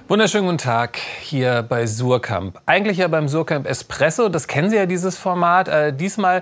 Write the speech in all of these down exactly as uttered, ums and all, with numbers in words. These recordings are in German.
Wunderschönen guten Tag hier bei Suhrkamp. Eigentlich ja beim Suhrkamp Espresso, das kennen Sie ja, dieses Format. Äh, diesmal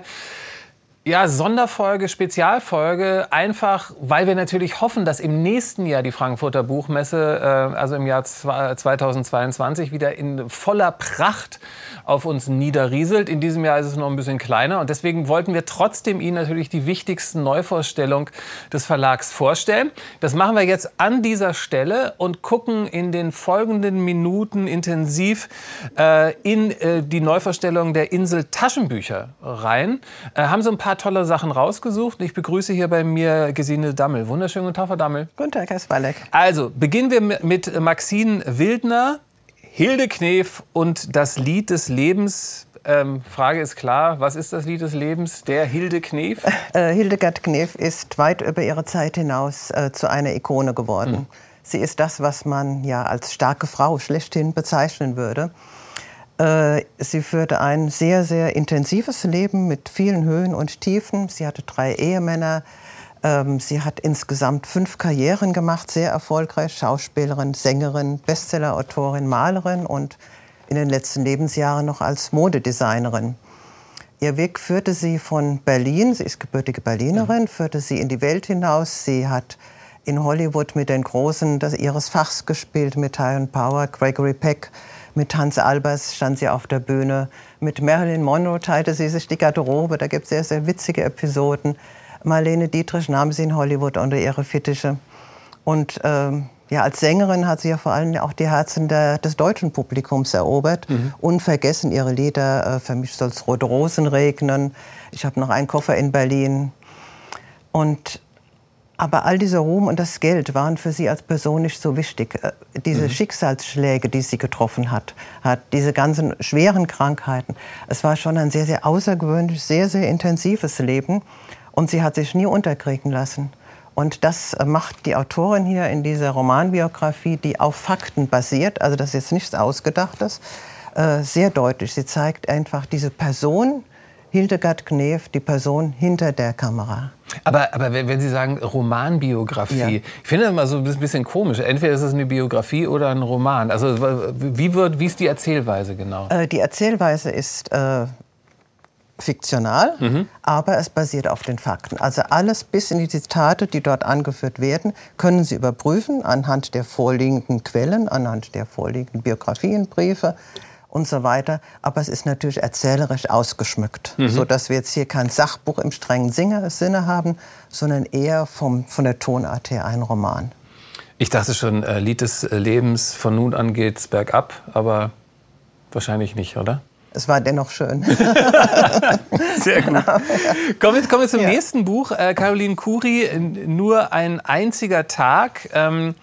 ja Sonderfolge, Spezialfolge, einfach weil wir natürlich hoffen, dass im nächsten Jahr die Frankfurter Buchmesse, äh, also im Jahr zweitausendzweiundzwanzig, wieder in voller Pracht auf uns niederrieselt. In diesem Jahr ist es noch ein bisschen kleiner und deswegen wollten wir trotzdem Ihnen natürlich die wichtigsten Neuvorstellungen des Verlags vorstellen. Das machen wir jetzt an dieser Stelle und gucken in den folgenden Minuten intensiv äh, in äh, die Neuvorstellung der Insel Taschenbücher rein. Äh, haben so ein paar tolle Sachen rausgesucht. Ich begrüße hier bei mir Gesine Dammel. Wunderschönen guten Tag, Frau Dammel. Guten Tag, Herr Spalek. Also, beginnen wir mit Maxine Wildner, Hilde Knef und das Lied des Lebens. Ähm, Frage ist klar, was ist das Lied des Lebens der Hilde Knef? Äh, Hildegard Knef ist weit über ihre Zeit hinaus äh, zu einer Ikone geworden. Mhm. Sie ist das, was man ja als starke Frau schlechthin bezeichnen würde. Äh, sie führte ein sehr, sehr intensives Leben mit vielen Höhen und Tiefen. Sie hatte drei Ehemänner. Ähm, sie hat insgesamt fünf Karrieren gemacht, sehr erfolgreich. Schauspielerin, Sängerin, Bestsellerautorin, Malerin und in den letzten Lebensjahren noch als Modedesignerin. Ihr Weg führte sie von Berlin, sie ist gebürtige Berlinerin, führte sie in die Welt hinaus. Sie hat in Hollywood mit den Großen des, ihres Fachs gespielt, mit Tyrone Power, Gregory Peck. Mit Hans Albers stand sie auf der Bühne. Mit Marilyn Monroe teilte sie sich die Garderobe. Da gibt es sehr, sehr witzige Episoden. Marlene Dietrich nahm sie in Hollywood unter ihre Fittiche. Und ähm, ja, als Sängerin hat sie ja vor allem auch die Herzen der, des deutschen Publikums erobert. Mhm. Unvergessen ihre Lieder, äh, für mich soll's rote Rosen regnen. Ich habe noch einen Koffer in Berlin. Und aber all dieser Ruhm und das Geld waren für sie als Person nicht so wichtig. Diese mhm. Schicksalsschläge, die sie getroffen hat, hat, diese ganzen schweren Krankheiten. Es war schon ein sehr, sehr außergewöhnlich, sehr, sehr intensives Leben. Und sie hat sich nie unterkriegen lassen. Und das macht die Autorin hier in dieser Romanbiografie, die auf Fakten basiert, also das ist jetzt nichts Ausgedachtes, sehr deutlich. Sie zeigt einfach diese Person, Hildegard Knef, die Person hinter der Kamera. Aber, aber wenn Sie sagen Romanbiografie, ja. Ich finde das immer so ein bisschen komisch. Entweder ist es eine Biografie oder ein Roman. Also wie, wird, wie ist die Erzählweise genau? Die Erzählweise ist äh, fiktional, mhm. aber es basiert auf den Fakten. Also alles bis in die Zitate, die dort angeführt werden, können Sie überprüfen anhand der vorliegenden Quellen, anhand der vorliegenden Biografienbriefe und so weiter. Aber es ist natürlich erzählerisch ausgeschmückt, mhm. sodass wir jetzt hier kein Sachbuch im strengen Sinne haben, sondern eher vom, von der Tonart her ein Roman. Ich dachte schon, äh, Lied des Lebens, von nun an geht's bergab, aber wahrscheinlich nicht, oder? Es war dennoch schön. Sehr gut. Kommen wir, kommen wir zum ja. nächsten Buch. Äh, Caroline Khoury, Nur ein einziger Tag. Ähm,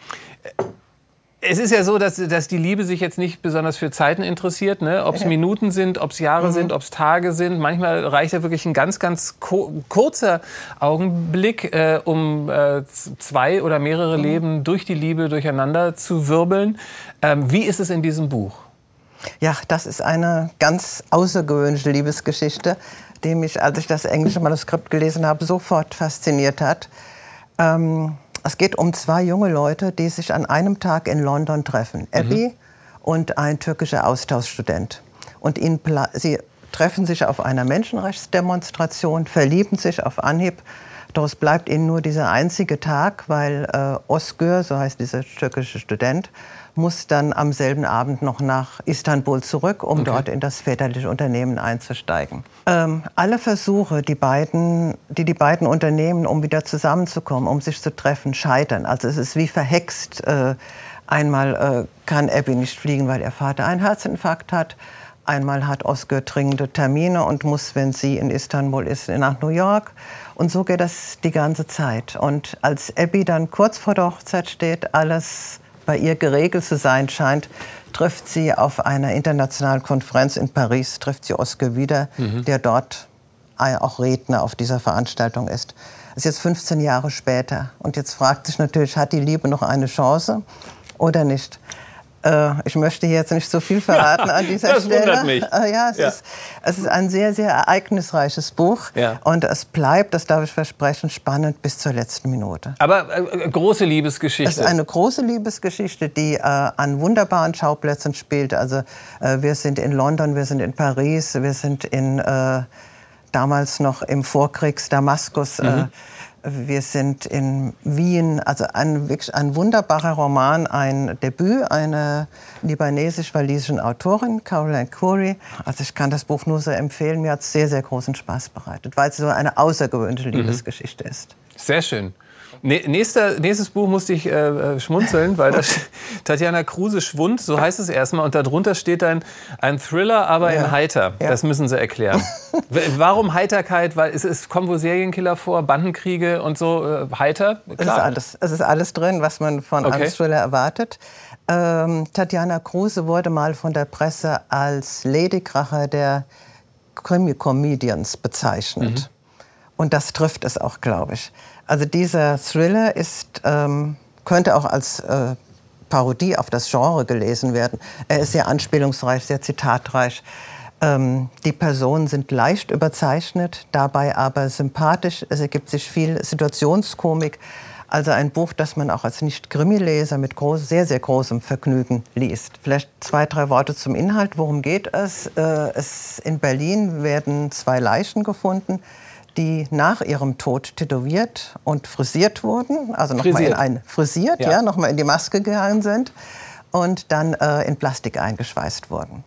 es ist ja so, dass, dass die Liebe sich jetzt nicht besonders für Zeiten interessiert. Ne? Ob es ja. Minuten sind, ob es Jahre mhm. sind, ob es Tage sind. Manchmal reicht ja wirklich ein ganz, ganz kurzer Augenblick, äh, um äh, zwei oder mehrere mhm. Leben durch die Liebe durcheinander zu wirbeln. Ähm, wie ist es in diesem Buch? Ja, das ist eine ganz außergewöhnliche Liebesgeschichte, die mich, als ich das englische Manuskript gelesen habe, sofort fasziniert hat. Ähm, es geht um zwei junge Leute, die sich an einem Tag in London treffen. Mhm. Abby und ein türkischer Austauschstudent. Und ihnen, sie treffen sich auf einer Menschenrechtsdemonstration, verlieben sich auf Anhieb. Doch es bleibt ihnen nur dieser einzige Tag, weil äh, Özgür, so heißt dieser türkische Student, muss dann am selben Abend noch nach Istanbul zurück, um okay. dort in das väterliche Unternehmen einzusteigen. Ähm, alle Versuche, die, beiden, die die beiden unternehmen, um wieder zusammenzukommen, um sich zu treffen, scheitern. Also es ist wie verhext. Äh, einmal äh, kann Abby nicht fliegen, weil ihr Vater einen Herzinfarkt hat. Einmal hat Özgür dringende Termine und muss, wenn sie in Istanbul ist, nach New York. Und so geht das die ganze Zeit. Und als Abby dann kurz vor der Hochzeit steht, alles bei ihr geregelt zu sein scheint, trifft sie auf einer internationalen Konferenz in Paris, trifft sie Özgür wieder, mhm. der dort auch Redner auf dieser Veranstaltung ist. Das ist jetzt fünfzehn Jahre später. Und jetzt fragt sich natürlich, hat die Liebe noch eine Chance oder nicht? Äh, ich möchte hier jetzt nicht so viel verraten an dieser das Stelle. Das wundert mich. Äh, ja, es, ja. Ist, es ist ein sehr, sehr ereignisreiches Buch. Ja. Und es bleibt, das darf ich versprechen, spannend bis zur letzten Minute. Aber äh, große Liebesgeschichte. Es ist eine große Liebesgeschichte, die äh, an wunderbaren Schauplätzen spielt. Also äh, wir sind in London, wir sind in Paris, wir sind in äh, damals noch im Vorkriegs Damaskus. Mhm. Äh, Wir sind in Wien, also ein, wirklich ein wunderbarer Roman, ein Debüt einer libanesisch-walisischen Autorin, Caroline Khoury. Also ich kann das Buch nur sehr empfehlen. Mir hat es sehr, sehr großen Spaß bereitet, weil es so eine außergewöhnliche Liebesgeschichte mhm. ist. Sehr schön. Nächster, nächstes Buch musste ich äh, schmunzeln, weil das Tatjana Kruse Schwund, so heißt es erstmal, und darunter steht ein, ein Thriller, aber ja. in heiter. Ja. Das müssen Sie erklären. Warum Heiterkeit? Weil es, es kommen wohl Serienkiller vor, Bandenkriege und so, äh, heiter? Klar. Es ist alles, es ist alles drin, was man von okay. einem Thriller erwartet. Ähm, Tatjana Kruse wurde mal von der Presse als Ladykracher der Krimi-Comedians bezeichnet. Mhm. Und das trifft es auch, glaube ich. Also dieser Thriller ist, ähm, könnte auch als äh, Parodie auf das Genre gelesen werden. Er ist sehr anspielungsreich, sehr zitatreich. Ähm, die Personen sind leicht überzeichnet, dabei aber sympathisch. Es ergibt sich viel Situationskomik. Also ein Buch, das man auch als Nicht-Krimi-Leser mit groß, sehr, sehr großem Vergnügen liest. Vielleicht zwei, drei Worte zum Inhalt. Worum geht es? Äh, es in Berlin werden zwei Leichen gefunden, die nach ihrem Tod tätowiert und frisiert wurden, also nochmal in ein frisiert, ja, ja nochmal in die Maske gegangen sind und dann äh, in Plastik eingeschweißt wurden.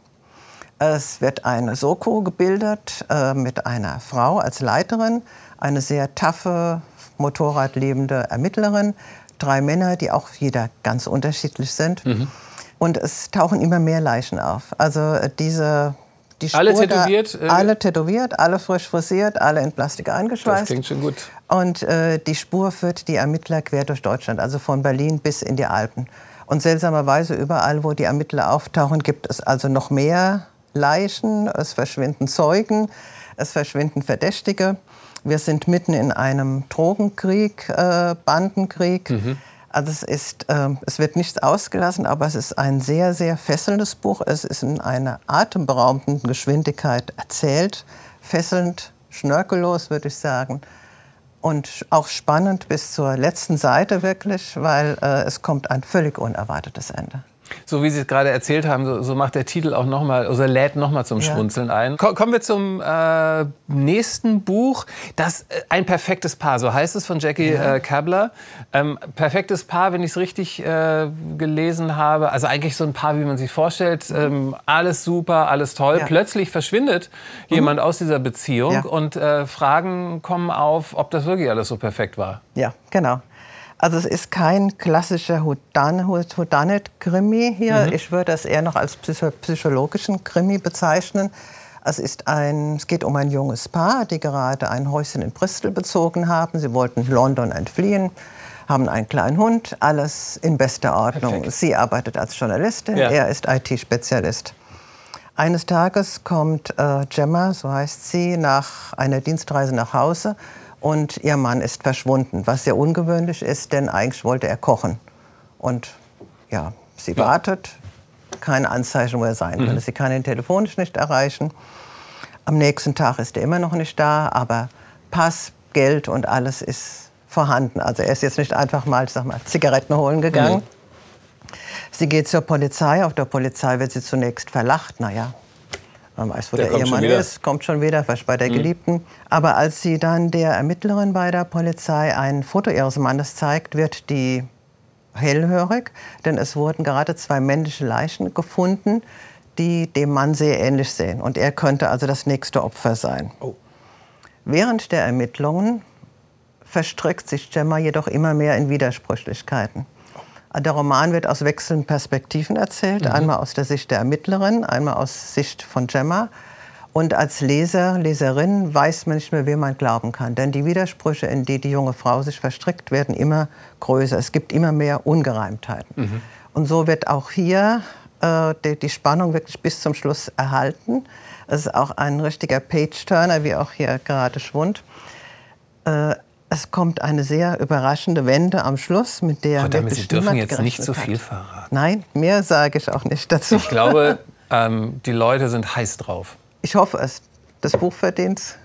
Es wird eine Soko gebildet äh, mit einer Frau als Leiterin, eine sehr taffe, motorradliebende Ermittlerin, drei Männer, die auch jeder ganz unterschiedlich sind. Mhm. Und es tauchen immer mehr Leichen auf. Also diese Die Spur alle tätowiert? Da, alle tätowiert, alle frisch frisiert, alle in Plastik eingeschweißt. Das klingt schon gut. Und äh, die Spur führt die Ermittler quer durch Deutschland, also von Berlin bis in die Alpen. Und seltsamerweise überall, wo die Ermittler auftauchen, gibt es also noch mehr Leichen, es verschwinden Zeugen, es verschwinden Verdächtige. Wir sind mitten in einem Drogenkrieg, äh, Bandenkrieg. Mhm. Also es, ist, äh, es wird nichts ausgelassen, aber es ist ein sehr, sehr fesselndes Buch. Es ist in einer atemberaubenden Geschwindigkeit erzählt, fesselnd, schnörkellos, würde ich sagen. Und auch spannend bis zur letzten Seite wirklich, weil äh, es kommt ein völlig unerwartetes Ende. So wie Sie es gerade erzählt haben, so, so macht der Titel auch noch mal, also lädt noch mal zum ja. Schmunzeln ein. Ko- kommen wir zum äh, nächsten Buch. Das äh, Ein perfektes Paar, so heißt es, von Jackie ja. äh, Kabler. Ähm, perfektes Paar, wenn ich es richtig äh, gelesen habe. Also eigentlich so ein Paar, wie man sich vorstellt. Ähm, alles super, alles toll. Ja. Plötzlich verschwindet mhm. jemand aus dieser Beziehung ja. und äh, Fragen kommen auf, ob das wirklich alles so perfekt war. Ja, genau. Also es ist kein klassischer Whodunit-Krimi hier. Mhm. Ich würde das eher noch als psychologischen Krimi bezeichnen. Es, ist ein, es geht um ein junges Paar, die gerade ein Häuschen in Bristol bezogen haben. Sie wollten London entfliehen, haben einen kleinen Hund, alles in bester Ordnung. Perfekt. Sie arbeitet als Journalistin, ja. er ist I T-Spezialist. Eines Tages kommt äh, Gemma, so heißt sie, nach einer Dienstreise nach Hause. Und ihr Mann ist verschwunden, was sehr ungewöhnlich ist, denn eigentlich wollte er kochen. Und ja, sie ja. wartet, keine Anzeichen, wo er sein mhm. könnte. Sie kann ihn telefonisch nicht erreichen. Am nächsten Tag ist er immer noch nicht da, aber Pass, Geld und alles ist vorhanden. Also er ist jetzt nicht einfach mal, ich sag mal, Zigaretten holen gegangen. Mhm. Sie geht zur Polizei. Auf der Polizei wird sie zunächst verlacht. Naja, man weiß, wo der, der Ehemann ist, kommt schon wieder, was bei der mhm. Geliebten. Aber als sie dann der Ermittlerin bei der Polizei ein Foto ihres Mannes zeigt, wird die hellhörig. Denn es wurden gerade zwei männliche Leichen gefunden, die dem Mann sehr ähnlich sehen. Und er könnte also das nächste Opfer sein. Oh. Während der Ermittlungen verstrickt sich Gemma jedoch immer mehr in Widersprüchlichkeiten. Der Roman wird aus wechselnden Perspektiven erzählt. Mhm. Einmal aus der Sicht der Ermittlerin, einmal aus Sicht von Gemma. Und als Leser, Leserin weiß man nicht mehr, wem man glauben kann. Denn die Widersprüche, in die die junge Frau sich verstrickt, werden immer größer. Es gibt immer mehr Ungereimtheiten. Mhm. Und so wird auch hier äh, die, die Spannung wirklich bis zum Schluss erhalten. Es ist auch ein richtiger Page-Turner, wie auch hier gerade Schwund. Äh, Es kommt eine sehr überraschende Wende am Schluss, mit der oh, damit wirklich Sie dürfen niemand jetzt nicht so hat. viel verraten. Nein, mehr sage ich auch nicht dazu. Ich glaube, ähm, die Leute sind heiß drauf. Ich hoffe es. Das Buch verdient.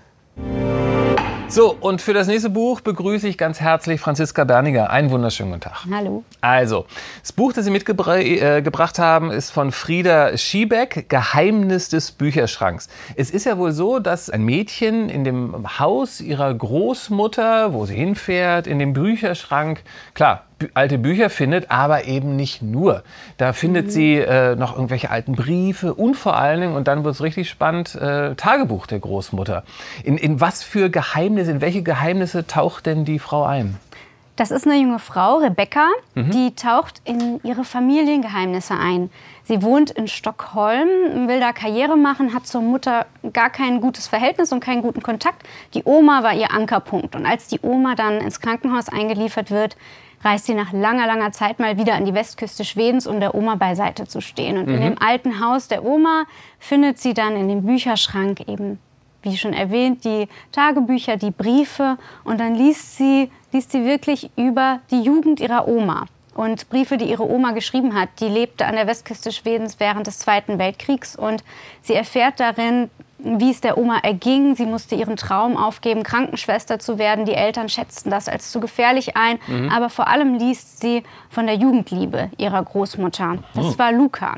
So, und für das nächste Buch begrüße ich ganz herzlich Franziska Berninger. Einen wunderschönen guten Tag. Hallo. Also, das Buch, das Sie mitgebracht äh, haben, ist von Frieda Schiebeck, Geheimnis des Bücherschranks. Es ist ja wohl so, dass ein Mädchen in dem Haus ihrer Großmutter, wo sie hinfährt, in dem Bücherschrank, klar, alte Bücher findet, aber eben nicht nur. Da findet mhm. sie äh, noch irgendwelche alten Briefe und vor allen Dingen, und dann wird es richtig spannend, äh, Tagebuch der Großmutter. In, in was für Geheimnisse, in welche Geheimnisse taucht denn die Frau ein? Das ist eine junge Frau, Rebecca, mhm. die taucht in ihre Familiengeheimnisse ein. Sie wohnt in Stockholm, will da Karriere machen, hat zur Mutter gar kein gutes Verhältnis und keinen guten Kontakt. Die Oma war ihr Ankerpunkt. Und als die Oma dann ins Krankenhaus eingeliefert wird, reist sie nach langer, langer Zeit mal wieder an die Westküste Schwedens, um der Oma beiseite zu stehen. Und mhm. in dem alten Haus der Oma findet sie dann in dem Bücherschrank eben, wie schon erwähnt, die Tagebücher, die Briefe. Und dann liest sie, liest sie wirklich über die Jugend ihrer Oma. Und Briefe, die ihre Oma geschrieben hat. Die lebte an der Westküste Schwedens während des Zweiten Weltkriegs. Und sie erfährt darin, wie es der Oma erging. Sie musste ihren Traum aufgeben, Krankenschwester zu werden. Die Eltern schätzten das als zu gefährlich ein. Mhm. Aber vor allem liest sie von der Jugendliebe ihrer Großmutter. Das oh. war Luca.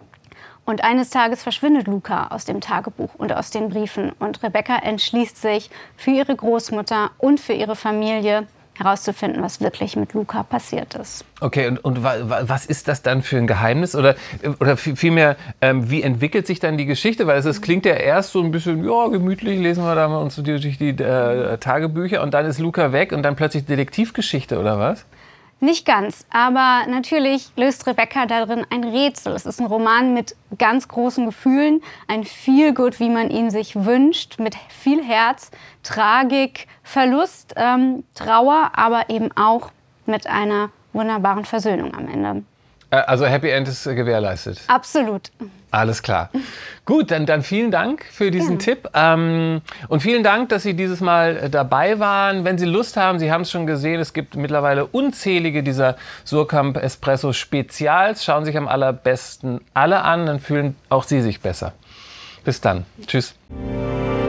Und eines Tages verschwindet Luca aus dem Tagebuch und aus den Briefen. Und Rebecca entschließt sich, für ihre Großmutter und für ihre Familie herauszufinden, was wirklich mit Luca passiert ist. Okay, und, und was ist das dann für ein Geheimnis? Oder, oder vielmehr, ähm, wie entwickelt sich dann die Geschichte? Weil es, es klingt ja erst so ein bisschen, ja, gemütlich, lesen wir da mal uns durch die äh, Tagebücher und dann ist Luca weg und dann plötzlich Detektivgeschichte, oder was? Nicht ganz, aber natürlich löst Rebecca darin ein Rätsel. Es ist ein Roman mit ganz großen Gefühlen, ein Feelgood, wie man ihn sich wünscht, mit viel Herz, Tragik, Verlust, ähm, Trauer, aber eben auch mit einer wunderbaren Versöhnung am Ende. Also Happy End ist gewährleistet? Absolut. Alles klar. Gut, dann, dann vielen Dank für diesen ja. Tipp. Ähm, und vielen Dank, dass Sie dieses Mal dabei waren. Wenn Sie Lust haben, Sie haben es schon gesehen, es gibt mittlerweile unzählige dieser Suhrkamp Espresso Spezials. Schauen Sie sich am allerbesten alle an, dann fühlen auch Sie sich besser. Bis dann. Tschüss.